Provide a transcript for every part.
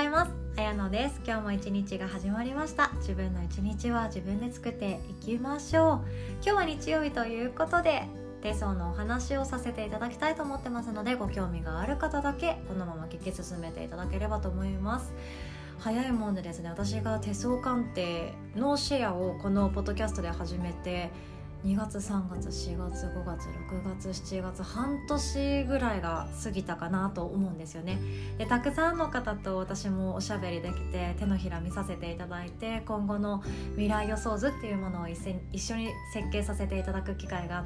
ざいます。あやのです。今日も一日が始まりました。自分の一日は自分で作っていきましょう。今日は日曜日ということで手相のお話をさせていただきたいと思ってますので、ご興味がある方だけこのまま聞き進めていただければと思います。早いもんでですね、私が手相鑑定のシェアをこのポッドキャストで始めて2月3月4月5月6月7月半年ぐらいが過ぎたかなと思うんですよね。でたくさんの方と私もおしゃべりできて手のひら見させていただいて、今後の未来予想図っていうものを一緒に設計させていただく機会があって、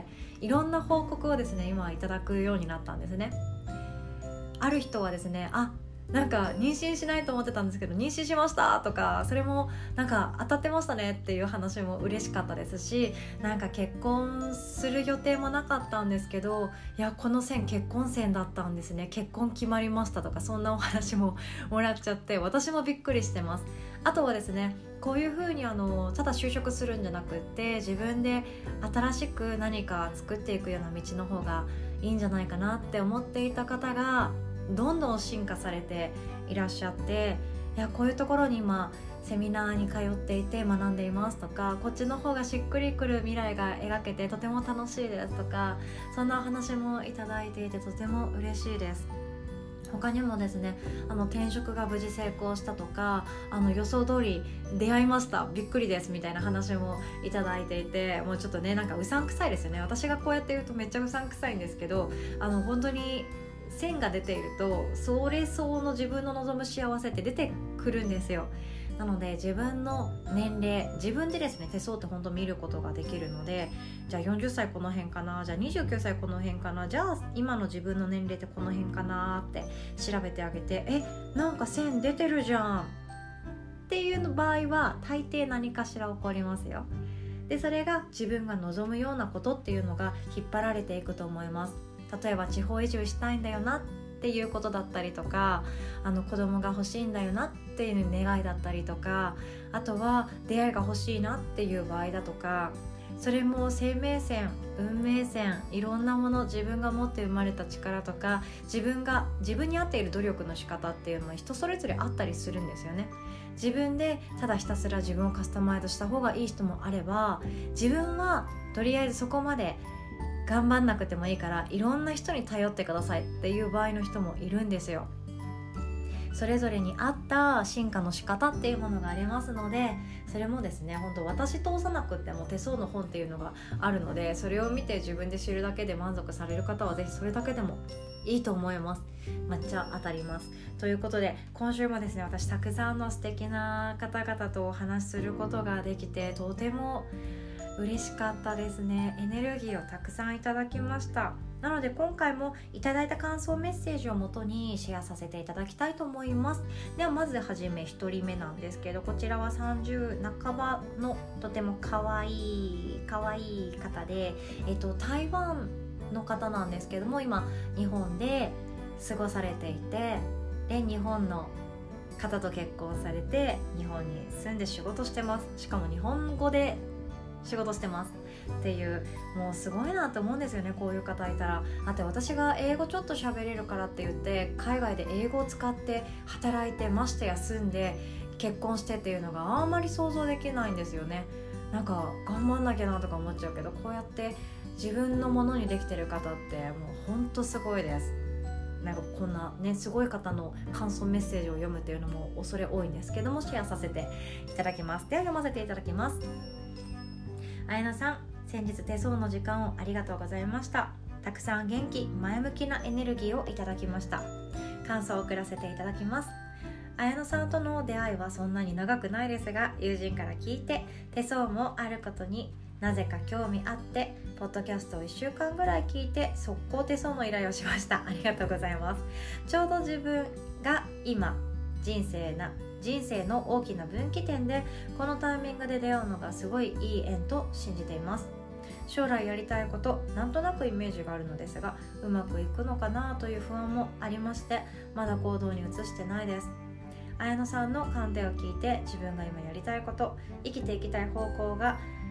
いろんな報告をですね今いただくようになったんですね。ある人はですね、なんか妊娠しないと思ってたんですけど妊娠しましたとか、それもなんか当たってましたねっていう話も嬉しかったですし、なんか結婚する予定もなかったんですけど、いやこの線結婚線だったんですね、結婚決まりましたとか、そんなお話ももらっちゃって私もびっくりしてます。あとはですね、こういう風にただ就職するんじゃなくって、自分で新しく何か作っていくような道の方がいいんじゃないかなって思っていた方がどんどん進化されていらっしゃって、いやこういうところに今セミナーに通っていて学んでいますとか、こっちの方がしっくりくる未来が描けてとても楽しいですとか、そんなお話もいただいていてとても嬉しいです。他にもですね、転職が無事成功したとか、予想通り出会いましたびっくりですみたいな話もいただいていて、もうちょっとねなんかうさんくさいですよね。私がこうやって言うとめっちゃうさんくさいんですけど、本当に線が出ているとそれ相応の自分の望む幸せって出てくるんですよ。なので自分の年齢、自分でですね手相って本当見ることができるので、じゃあ40歳この辺かな、じゃあ29歳この辺かな、じゃあ今の自分の年齢ってこの辺かなって調べてあげて、なんか線出てるじゃんっていう場合は大抵何かしら起こりますよ。でそれが自分が望むようなことっていうのが引っ張られていくと思います。例えば地方移住したいんだよなっていうことだったりとか、子供が欲しいんだよなっていう願いだったりとか、あとは出会いが欲しいなっていう場合だとか、それも生命線、運命線、いろんなもの、自分が持って生まれた力とか、自分に合っている努力の仕方っていうのは人それぞれあったりするんですよね。自分でただひたすら自分をカスタマイズした方がいい人もあれば、自分はとりあえずそこまで頑張んなくてもいいからいろんな人に頼ってくださいっていう場合の人もいるんですよ。それぞれに合った進化の仕方っていうものがありますので、それもですね本当私通さなくても手相の本っていうのがあるので、それを見て自分で知るだけで満足される方はぜひそれだけでもいいと思います。抹茶当たります。ということで今週もですね、私たくさんの素敵な方々とお話しすることができてとても嬉しかったですね。エネルギーをたくさんいただきました。なので今回もいただいた感想メッセージをもとにシェアさせていただきたいと思います。ではまずはじめ1人目なんですけど、こちらは30半ばのとてもかわいい方で、台湾の方なんですけども、今日本で過ごされていて、で日本の方と結婚されて日本に住んで仕事してます。しかも日本語で仕事してますっていう、もうすごいなと思うんですよね、こういう方いたら。あと私が英語ちょっと喋れるからって言って海外で英語を使って働いて、ましてや住んで結婚してっていうのがあんまり想像できないんですよね。なんか頑張んなきゃなとか思っちゃうけど、こうやって自分のものにできてる方ってもうほんとすごいです。なんかこんなねすごい方の感想メッセージを読むっていうのも恐れ多いんですけども、シェアさせていただきます。では読ませていただきます。あやなさん、先日手相の時間をありがとうございました。たくさん元気、前向きなエネルギーをいただきました。感想を送らせていただきます。あやなさんとの出会いはそんなに長くないですが、友人から聞いて手相もあることになぜか興味あって、ポッドキャストを1週間ぐらい聞いて速攻手相の依頼をしました。ありがとうございます。ちょうど自分が今人生の大きな分岐点で、このタイミングで出会うのがすごいいい縁と信じています。将来やりたいこと、なんとなくイメージがあるのですが、うまくいくのかなという不安もありまして、まだ行動に移してないです。綾乃さんの鑑定を聞いて、自分が今やりたいこと、生きていきたい方向が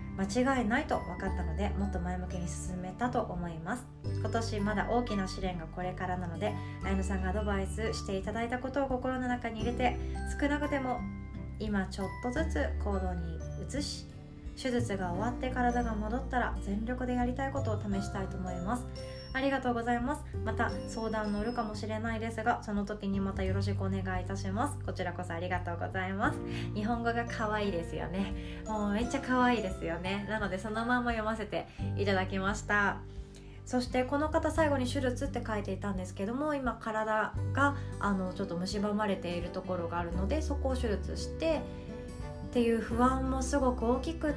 間違いないと分かったので、もっと前向きに進めたと思います。今年まだ大きな試練がこれからなので、綾乃さんがアドバイスしていただいたことを心の中に入れて、少なくても今ちょっとずつ行動に移し、手術が終わって体が戻ったら全力でやりたいことを試したいと思います。ありがとうございます。また相談乗るかもしれないですが、その時にまたよろしくお願いいたします。こちらこそありがとうございます。日本語が可愛いですよね。もうめっちゃ可愛いですよね。なのでそのまま読ませていただきました。そしてこの方、最後に手術って書いていたんですけども、今体がちょっと蝕まれているところがあるので、そこを手術してっていう不安もすごく大きくって、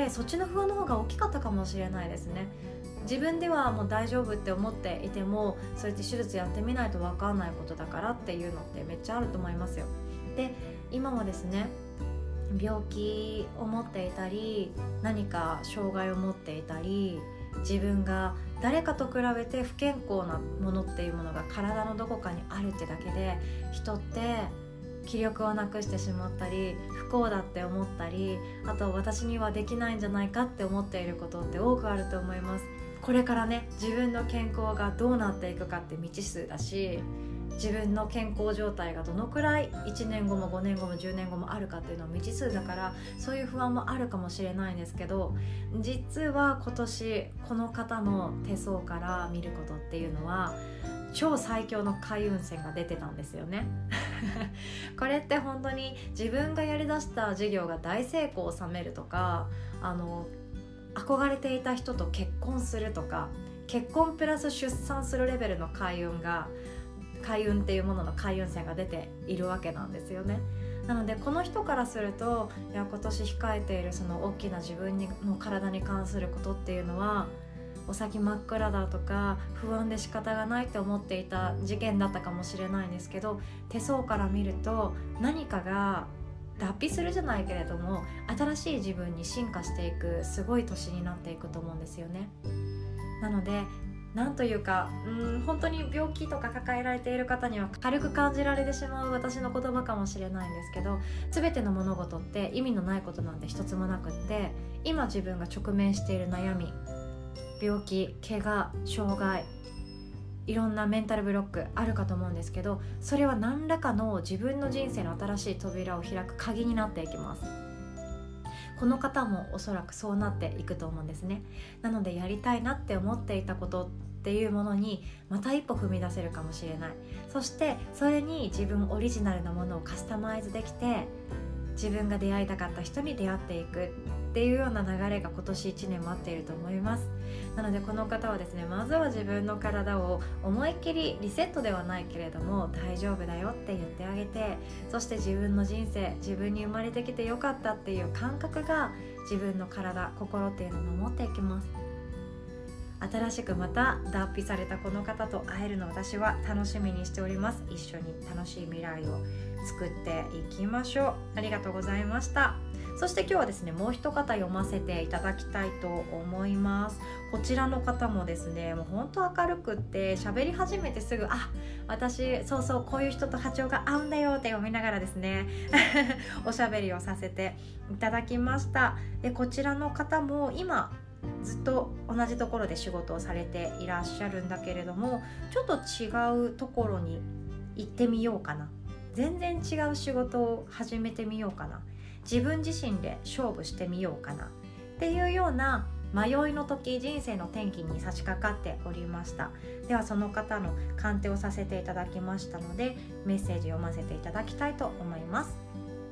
そっちの不安の方が大きかったかもしれないですね。自分ではもう大丈夫って思っていても、そうやって手術やってみないと分かんないことだからっていうのってめっちゃあると思いますよ。で、今はですね、病気を持っていたり、何か障害を持っていたり、自分が誰かと比べて不健康なものっていうものが体のどこかにあるってだけで、人って気力をなくしてしまったり、不幸だって思ったり、あと私にはできないんじゃないかって思っていることって多くあると思います。これからね、自分の健康がどうなっていくかって未知数だし、自分の健康状態がどのくらい1年後も5年後も10年後もあるかっていうのは未知数だから、そういう不安もあるかもしれないんですけど、実は今年この方の手相から見ることっていうのは、超最強の開運線が出てたんですよねこれって本当に自分がやりだした事業が大成功を収めるとか、憧れていた人と結婚するとか、結婚プラス出産するレベルの開運っていうものの開運線が出ているわけなんですよね。なのでこの人からすると、いや今年控えているその大きな自分の体に関することっていうのは、お先真っ暗だとか不安で仕方がないって思っていた事件だったかもしれないんですけど、手相から見ると何かが脱皮するじゃないけれども、新しい自分に進化していくすごい年になっていくと思うんですよね。なのでなんというか、本当に病気とか抱えられている方には軽く感じられてしまう私の言葉かもしれないんですけど、全ての物事って意味のないことなんて一つもなくって、今自分が直面している悩み、病気、怪我、障害、いろんなメンタルブロックあるかと思うんですけど、それは何らかの自分の人生の新しい扉を開く鍵になっていきます。この方もおそらくそうなっていくと思うんですね。なのでやりたいなって思っていたことっていうものにまた一歩踏み出せるかもしれない。そしてそれに自分オリジナルなものをカスタマイズできて、自分が出会いたかった人に出会っていくっていうような流れが今年1年待っていると思います。なのでこの方はですね、まずは自分の体を思いっきりリセットではないけれども大丈夫だよって言ってあげて、そして自分の人生、自分に生まれてきてよかったっていう感覚が自分の体、心っていうのを守っていきます。新しくまた脱皮されたこの方と会えるのを私は楽しみにしております。一緒に楽しい未来を作っていきましょう。ありがとうございました。そして今日はですね、もう一方読ませていただきたいと思います。こちらの方もですね、もう本当明るくって喋り始めてすぐ、私そうこういう人と波長が合うんだよって読みながらですねおしゃべりをさせていただきました。でこちらの方も今ずっと同じところで仕事をされていらっしゃるんだけれども、ちょっと違うところに行ってみようかな、全然違う仕事を始めてみようかな、自分自身で勝負してみようかなっていうような迷いの時、人生の転機に差し掛かっておりました。ではその方の鑑定をさせていただきましたので、メッセージ読ませていただきたいと思います。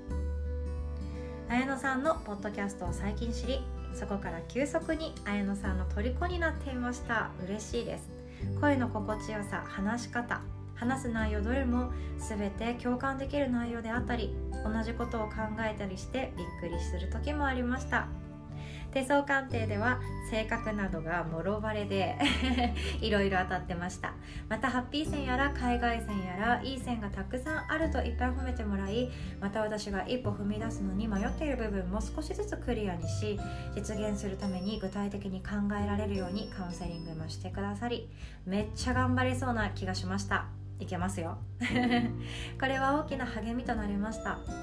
綾乃さんのポッドキャストを最近知り、そこから急速に綾乃さんの虜になっていました。嬉しいです。声の心地よさ、話し方、話す内容どれも全て共感できる内容であったり、同じことを考えたりしてびっくりする時もありました。手相鑑定では性格などがもろバレでいろいろ当たってました。またハッピー線やら海外線やらいい線がたくさんあるといっぱい褒めてもらい、また私が一歩踏み出すのに迷っている部分も少しずつクリアにし、実現するために具体的に考えられるようにカウンセリングもしてくださり、めっちゃ頑張れそうな気がしました。いけますよこれは大きな励みとなりました。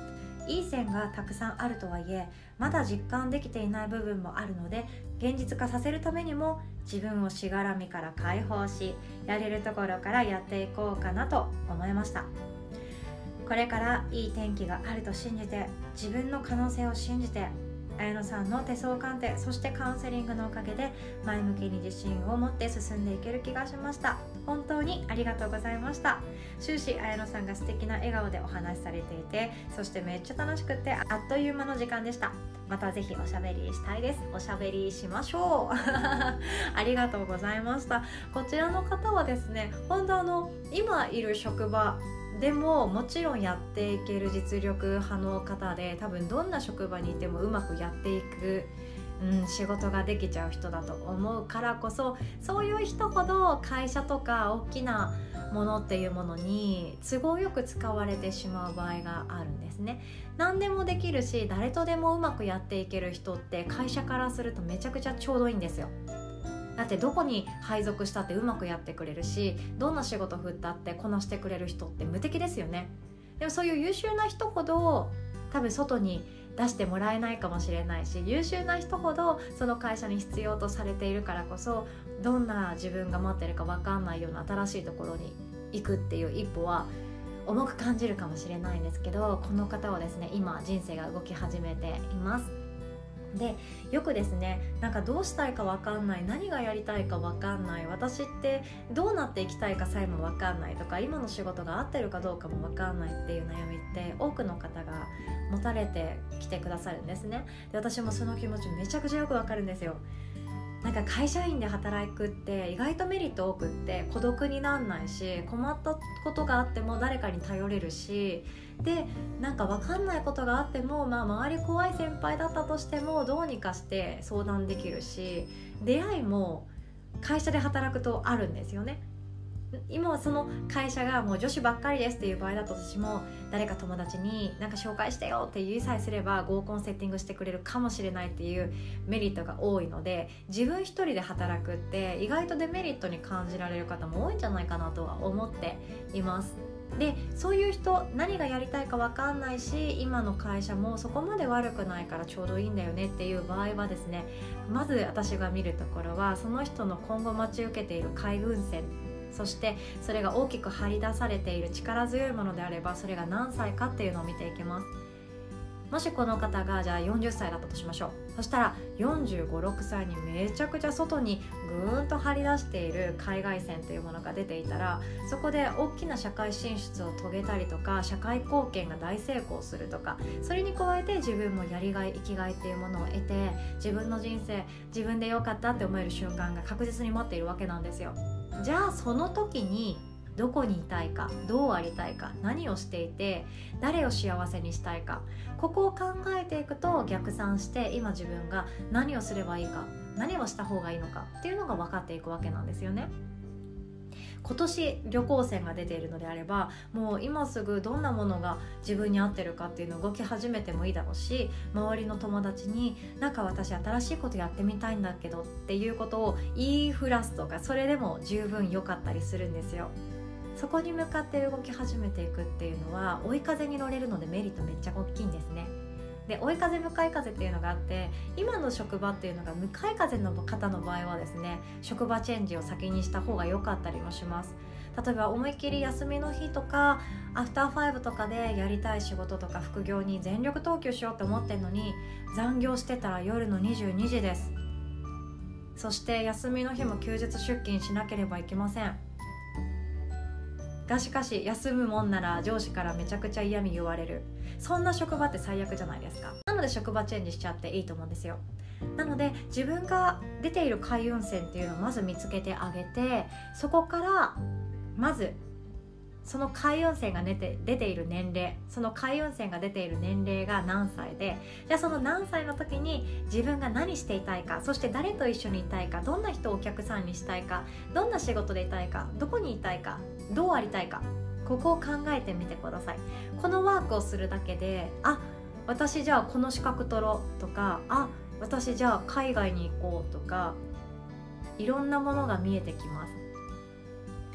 いい線がたくさんあるとはいえ、まだ実感できていない部分もあるので、現実化させるためにも自分をしがらみから解放し、やれるところからやっていこうかなと思いました。これからいい天気があると信じて、自分の可能性を信じて、綾乃さんの手相鑑定、そしてカウンセリングのおかげで前向きに自信を持って進んでいける気がしました。本当にありがとうございました。終始綾乃さんが素敵な笑顔でお話しされていて、そしてめっちゃ楽しくてあっという間の時間でした。またぜひおしゃべりしたいです。おしゃべりしましょうありがとうございました。こちらの方はですね、本当今いる職場でももちろんやっていける実力派の方で、多分どんな職場にいてもうまくやっていく、仕事ができちゃう人だと思うからこそ、そういう人ほど会社とか大きなものっていうものに都合よく使われてしまう場合があるんですね。何でもできるし、誰とでもうまくやっていける人って会社からするとめちゃくちゃちょうどいいんですよ。だってどこに配属したってうまくやってくれるし、どんな仕事振ったってこなしてくれる人って無敵ですよね。でもそういう優秀な人ほど多分外に出してもらえないかもしれないし、優秀な人ほどその会社に必要とされているからこそ、どんな自分が待ってるか分かんないような新しいところに行くっていう一歩は重く感じるかもしれないんですけど、この方はですね、今人生が動き始めています。でよくですね、なんかどうしたいか分かんない、何がやりたいか分かんない、私ってどうなっていきたいかさえも分かんないとか、今の仕事が合ってるかどうかも分かんないっていう悩みって多くの方が持たれてきてくださるんですね。で私もその気持ちめちゃくちゃよく分かるんですよ。なんか会社員で働くって意外とメリット多くって、孤独になんないし、困ったことがあっても誰かに頼れるし、でなんか分かんないことがあっても、周り怖い先輩だったとしてもどうにかして相談できるし、出会いも会社で働くとあるんですよね。今はその会社がもう女子ばっかりですっていう場合だとしても、誰か友達になんか紹介してよって言いさえすれば合コンセッティングしてくれるかもしれないっていうメリットが多いので、自分一人で働くって意外とデメリットに感じられる方も多いんじゃないかなとは思っています。でそういう人、何がやりたいか分かんないし、今の会社もそこまで悪くないからちょうどいいんだよねっていう場合はですね、まず私が見るところは、その人の今後待ち受けている海運線、そしてそれが大きく張り出されている力強いものであれば、それが何歳かっていうのを見ていきます。もしこの方がじゃあ40歳だったとしましょう。そしたら45、6歳にめちゃくちゃ外にぐーんと張り出している海外線というものが出ていたら、そこで大きな社会進出を遂げたりとか、社会貢献が大成功するとか、それに加えて自分もやりがい、生きがいっていうものを得て、自分の人生自分で良かったって思える瞬間が確実に待っているわけなんですよ。じゃあその時にどこにいたいか、どうありたいか、何をしていて誰を幸せにしたいか、ここを考えていくと逆算して、今自分が何をすればいいか、何をした方がいいのかっていうのが分かっていくわけなんですよね。今年旅行船が出ているのであれば、もう今すぐどんなものが自分に合ってるかっていうのを動き始めてもいいだろうし、周りの友達になんか私新しいことやってみたいんだけどっていうことを言いふらすとか、それでも十分良かったりするんですよ。そこに向かって動き始めていくっていうのは追い風に乗れるのでメリットめっちゃ大きいんですね。で追い風向かい風っていうのがあって、今の職場っていうのが向かい風の方の場合はですね、職場チェンジを先にした方が良かったりもします。例えば思いっきり休みの日とかアフターファイブとかでやりたい仕事とか副業に全力投球しようと思ってるのに、残業してたら夜の22時です。そして休みの日も休日出勤しなければいけませんが、しかし休むもんなら上司からめちゃくちゃ嫌味言われる。そんな職場って最悪じゃないですか。なので職場チェンジしちゃっていいと思うんですよ。なので自分が出ている海運線っていうのをまず見つけてあげて、そこからまずその海運線が出ている年齢、その海運線が出ている年齢が何歳で、じゃあその何歳の時に自分が何していたいか、そして誰と一緒にいたいか、どんな人をお客さんにしたいか、どんな仕事でいたいか、どこにいたいか、どうありたいか、ここを考えてみてください。このワークをするだけで、私じゃあこの資格取ろうとか、私じゃあ海外に行こうとか、いろんなものが見えてきます。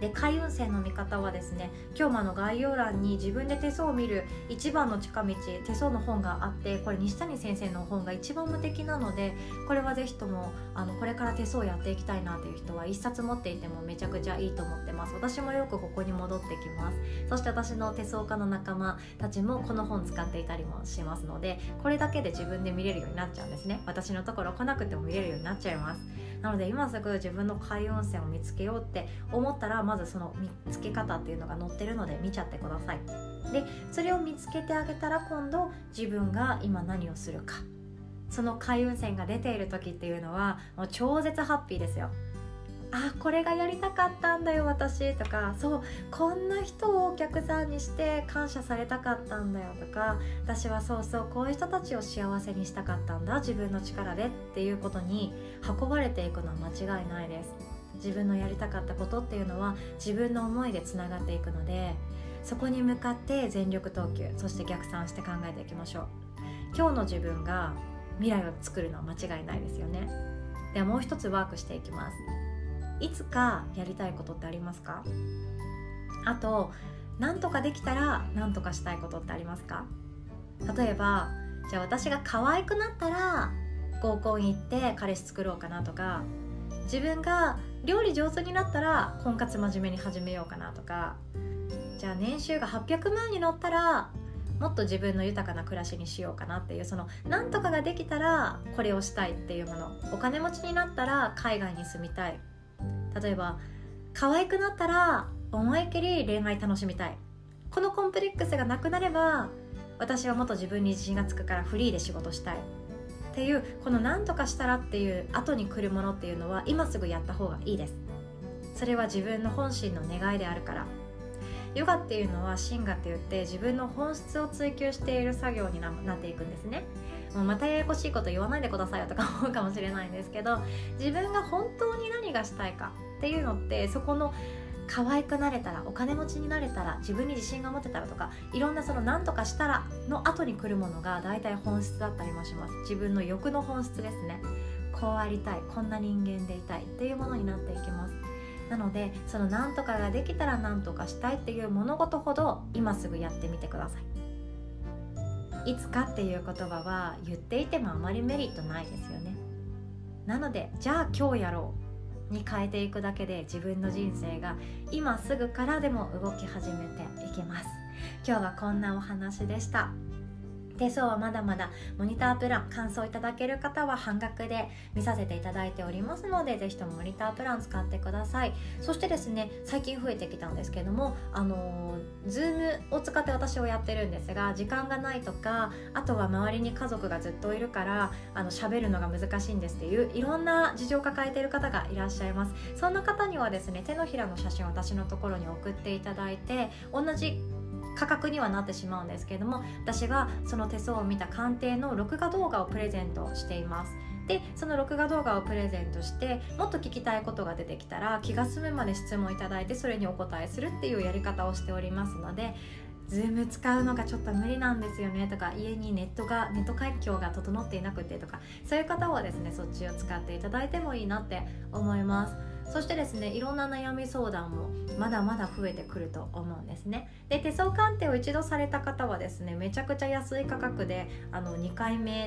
で開運星の見方はですね、今日も概要欄に自分で手相を見る一番の近道、手相の本があって、これ西谷先生の本が一番無敵なので、これはぜひともこれから手相をやっていきたいなという人は一冊持っていてもめちゃくちゃいいと思ってます。私もよくここに戻ってきます。そして私の手相家の仲間たちもこの本使っていたりもしますので、これだけで自分で見れるようになっちゃうんですね。私のところ来なくても見れるようになっちゃいます。なので今すぐ自分の開運線を見つけようって思ったら、まずその見つけ方っていうのが載ってるので見ちゃってください。でそれを見つけてあげたら、今度自分が今何をするか、その開運線が出ている時っていうのはもう超絶ハッピーですよ。これがやりたかったんだよ私とか、そうこんな人をお客さんにして感謝されたかったんだよとか、私はそうこういう人たちを幸せにしたかったんだ自分の力でっていうことに運ばれていくのは間違いないです。自分のやりたかったことっていうのは自分の思いでつながっていくので、そこに向かって全力投球、そして逆算して考えていきましょう。今日の自分が未来を作るのは間違いないですよね。ではもう一つワークしていきます。いつかやりたいことってありますか？あと何とかできたら何とかしたいことってありますか？例えばじゃあ私が可愛くなったら合コン行って彼氏作ろうかなとか、自分が料理上手になったら婚活真面目に始めようかなとか、じゃあ年収が800万に乗ったらもっと自分の豊かな暮らしにしようかなっていう、その何とかができたらこれをしたいっていうもの。お金持ちになったら海外に住みたい、例えば可愛くなったら思いっきり恋愛楽しみたい。このコンプレックスがなくなれば私はもっと自分に自信がつくからフリーで仕事したいっていう、この何とかしたらっていう後に来るものっていうのは今すぐやった方がいいです。それは自分の本心の願いであるから。ヨガっていうのはシンガって言って自分の本質を追求している作業になっていくんですね。もうまたややこしいこと言わないでくださいよとか思うかもしれないんですけど、自分が本当に何がしたいかっていうのって、そこの可愛くなれたら、お金持ちになれたら、自分に自信が持てたらとか、いろんなその何とかしたらの後に来るものが大体本質だったりもします。自分の欲の本質ですね。こうありたい、こんな人間でいたいっていうものになっていきます。なのでその何とかができたら何とかしたいっていう物事ほど今すぐやってみてください。いつかっていう言葉は言っていてもあまりメリットないですよね。なのでじゃあ今日やろうに変えていくだけで、自分の人生が今すぐからでも動き始めていきます。今日はこんなお話でした。手相はまだまだモニタープラン感想いただける方は半額で見させていただいておりますので、ぜひともモニタープラン使ってください。そしてですね、最近増えてきたんですけども、Zoom を使って私をやってるんですが、時間がないとか、あとは周りに家族がずっといるから喋るのが難しいんですっていういろんな事情を抱えている方がいらっしゃいます。そんな方にはですね、手のひらの写真を私のところに送っていただいて、同じ価格にはなってしまうんですけれども、私がその手相を見た鑑定の録画動画をプレゼントしています。でその録画動画をプレゼントして、もっと聞きたいことが出てきたら気が済むまで質問いただいて、それにお答えするっていうやり方をしておりますので、Zoom 使うのがちょっと無理なんですよねとか、家にネット環境が整っていなくてとか、そういう方はですね、そっちを使っていただいてもいいなって思います。そしてですね、いろんな悩み相談もまだまだ増えてくると思うんですね。で手相鑑定を一度された方はですね、めちゃくちゃ安い価格で2回目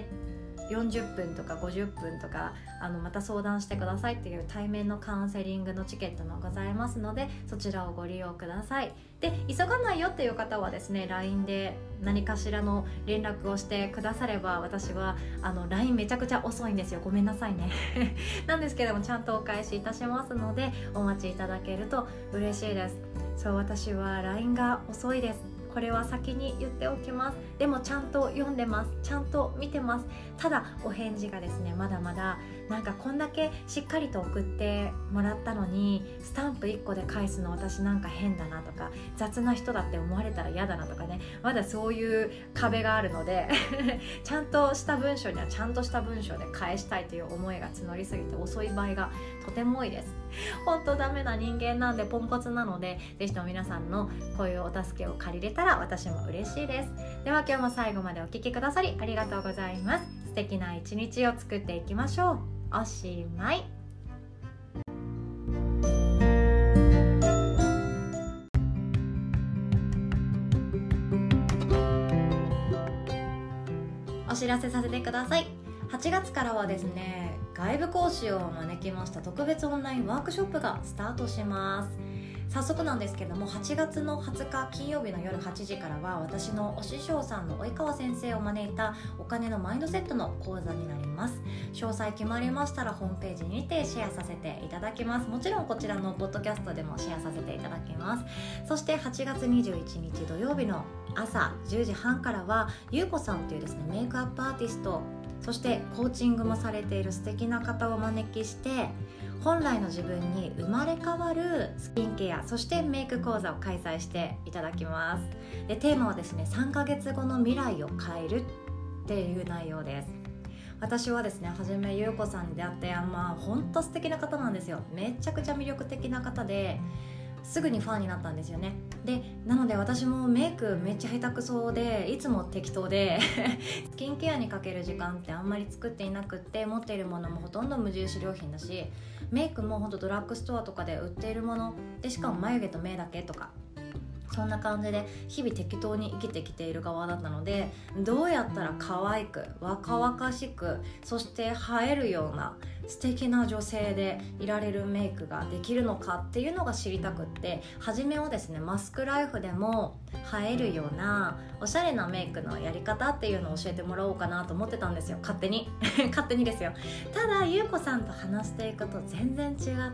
40分とか50分とかまた相談してくださいっていう対面のカウンセリングのチケットもございますので、そちらをご利用ください。で急がないよっていう方はですね、 LINE で何かしらの連絡をしてくだされば、私はLINE めちゃくちゃ遅いんですよ、ごめんなさいねなんですけども、ちゃんとお返しいたしますので、お待ちいただけると嬉しいです。そう、私は LINE が遅いです。これは先に言っておきます。でもちゃんと読んでます、ちゃんと見てます。ただお返事がですね、まだまだなんかこんだけしっかりと送ってもらったのにスタンプ1個で返すの私なんか変だなとか、雑な人だって思われたら嫌だなとかね、まだそういう壁があるのでちゃんとした文章にはちゃんとした文章で返したいという思いが募りすぎて遅い場合がとても多いです。本当ダメな人間なんで、ポンコツなので、ぜひとも皆さんのこういうお助けを借りれたら私も嬉しいです。では今日も最後までお聞きくださりありがとうございます。素敵な一日を作っていきましょう。おしまい。 知らせさせてください。8月からはですね、外部講師を招きました特別オンラインワークショップがスタートします。早速なんですけども、8月の20日金曜日の夜8時からは私のお師匠さんの及川先生を招いたお金のマインドセットの講座になります。詳細決まりましたらホームページにてシェアさせていただきます。もちろんこちらのポッドキャストでもシェアさせていただきます。そして8月21日土曜日の朝10時半からはゆうこさんというですね、メイクアップアーティスト、そしてコーチングもされている素敵な方をお招きして、本来の自分に生まれ変わるスキンケア、そしてメイク講座を開催していただきます。で、テーマはですね、3ヶ月後の未来を変えるっていう内容です。私はですね、はじめゆうこさんに出会って、本当素敵な方なんですよ。めちゃくちゃ魅力的な方ですぐにファンになったんですよね。で、なので私もメイクめっちゃ下手くそで、いつも適当でスキンケアにかける時間ってあんまり作っていなくって、持っているものもほとんど無印良品だし、メイクもほんとドラッグストアとかで売っているもので、しかも眉毛と目だけとか、そんな感じで日々適当に生きてきている側だったので、どうやったら可愛く若々しく、そして映えるような素敵な女性でいられるメイクができるのかっていうのが知りたくって、初めはですね、マスクライフでも映えるようなおしゃれなメイクのやり方っていうのを教えてもらおうかなと思ってたんですよ。勝手に勝手にですよ。ただゆうこさんと話していくと全然違って、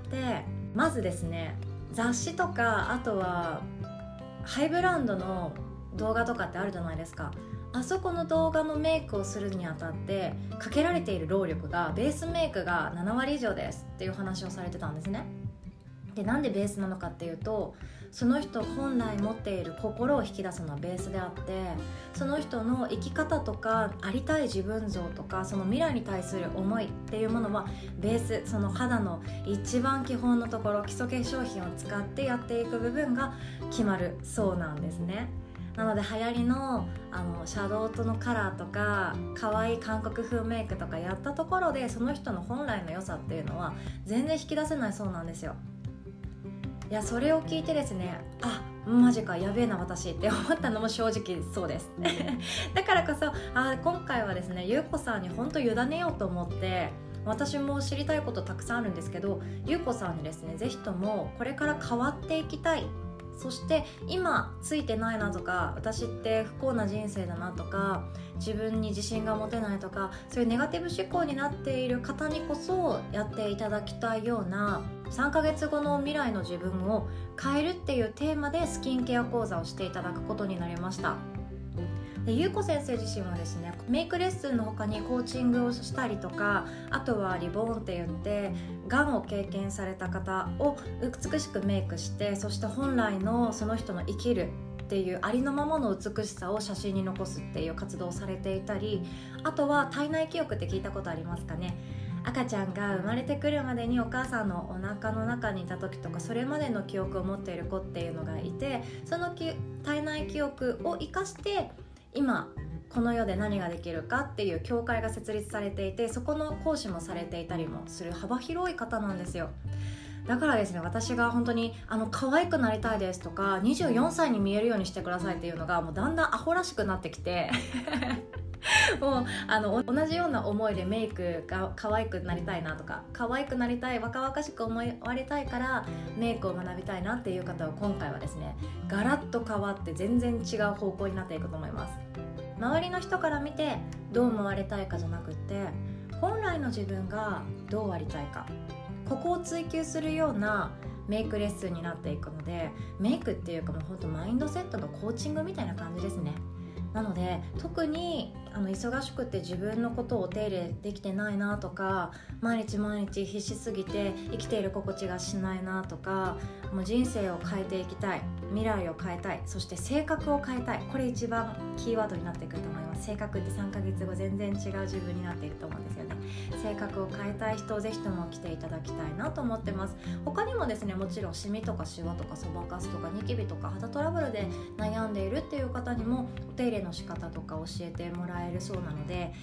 まずですね、雑誌とか、あとはハイブランドの動画とかってあるじゃないですか。あそこの動画のメイクをするにあたってかけられている労力が、ベースメイクが7割以上ですっていう話をされてたんですね。で、なんでベースなのかっていうと、その人本来持っている心を引き出すのはベースであって、その人の生き方とかありたい自分像とか、その未来に対する思いっていうものはベース、その肌の一番基本のところ、基礎化粧品を使ってやっていく部分が決まるそうなんですね。なので流行りのシャドウとのカラーとか可愛い韓国風メイクとかやったところで、その人の本来の良さっていうのは全然引き出せないそうなんですよ。いや、それを聞いてですね、マジか、やべえな私って思ったのも正直そうですだからこそ今回はですね、ゆうこさんに本当委ねようと思って、私も知りたいことたくさんあるんですけど、ゆうこさんにですね、ぜひともこれから変わっていきたい、そして今ついてないなとか、私って不幸な人生だなとか、自分に自信が持てないとか、そういうネガティブ思考になっている方にこそやっていただきたいような、3ヶ月後の未来の自分を変えるっていうテーマでスキンケア講座をしていただくことになりました。で、ゆうこ先生自身はですね、メイクレッスンの他にコーチングをしたりとか、あとはリボーンって言ってがんを経験された方を美しくメイクして、そして本来のその人の生きるっていうありのままの美しさを写真に残すっていう活動をされていたり、あとは体内記憶って聞いたことありますかね。赤ちゃんが生まれてくるまでにお母さんのお腹の中にいた時とか、それまでの記憶を持っている子っていうのがいて、その体内記憶を生かして今この世で何ができるかっていう協会が設立されていて、そこの講師もされていたりもする幅広い方なんですよ。だからですね、私が本当に可愛くなりたいですとか、24歳に見えるようにしてくださいっていうのがもうだんだんアホらしくなってきてもう同じような思いでメイクが可愛くなりたいなとか、可愛くなりたい、若々しく思われたいからメイクを学びたいなっていう方は、今回はですね、ガラッと変わって全然違う方向になっていくと思います。周りの人から見てどう思われたいかじゃなくって、本来の自分がどうありたいか、ここを追求するようなメイクレッスンになっていくので、メイクっていうかもうほんとマインドセットのコーチングみたいな感じですね。なので特に忙しくて自分のことをお手入れできてないなとか、毎日毎日必死すぎて生きている心地がしないなとか、もう人生を変えていきたい、未来を変えたい、そして性格を変えたい、これ一番キーワードになってくると思います。性格って3ヶ月後全然違う自分になっていると思うんですよね。性格を変えたい人をぜひとも来ていただきたいなと思ってます。他にもですね、もちろんシミとかシワとかそばかすとかニキビとか肌トラブルで悩んでいるっていう方にもお手入れの仕方とか教えてもらえるそうなので、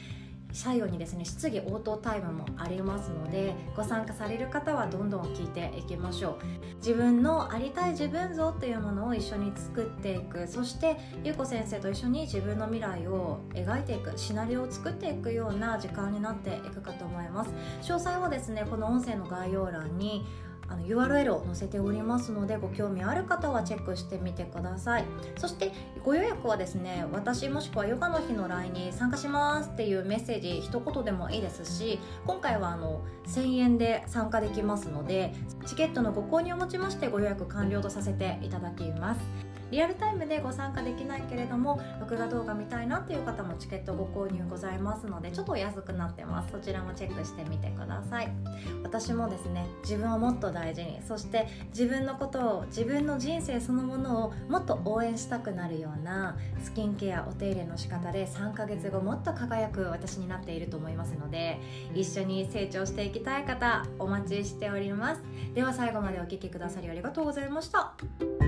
最後にですね質疑応答タイムもありますので、ご参加される方はどんどん聞いていきましょう。自分のありたい自分像というものを一緒に作っていく、そしてゆうこ先生と一緒に自分の未来を描いていく、シナリオを作っていくような時間になっていくかと思います。詳細はですねこの音声の概要欄にURL を載せておりますので、ご興味ある方はチェックしてみてください。そしてご予約はですね、私もしくはヨガの日の LINE に参加しますっていうメッセージ一言でもいいですし、今回は1000円で参加できますので、チケットのご購入をもちましてご予約完了とさせていただきます。リアルタイムでご参加できないけれども録画動画見たいなっていう方もチケットご購入ございますので、ちょっとお安くなってます。そちらもチェックしてみてください。私もですね、自分をもっと大事に、そして自分のことを、自分の人生そのものをもっと応援したくなるようなスキンケア、お手入れの仕方で3ヶ月後もっと輝く私になっていると思いますので、一緒に成長していきたい方お待ちしております。では最後までお聞きくださりありがとうございました。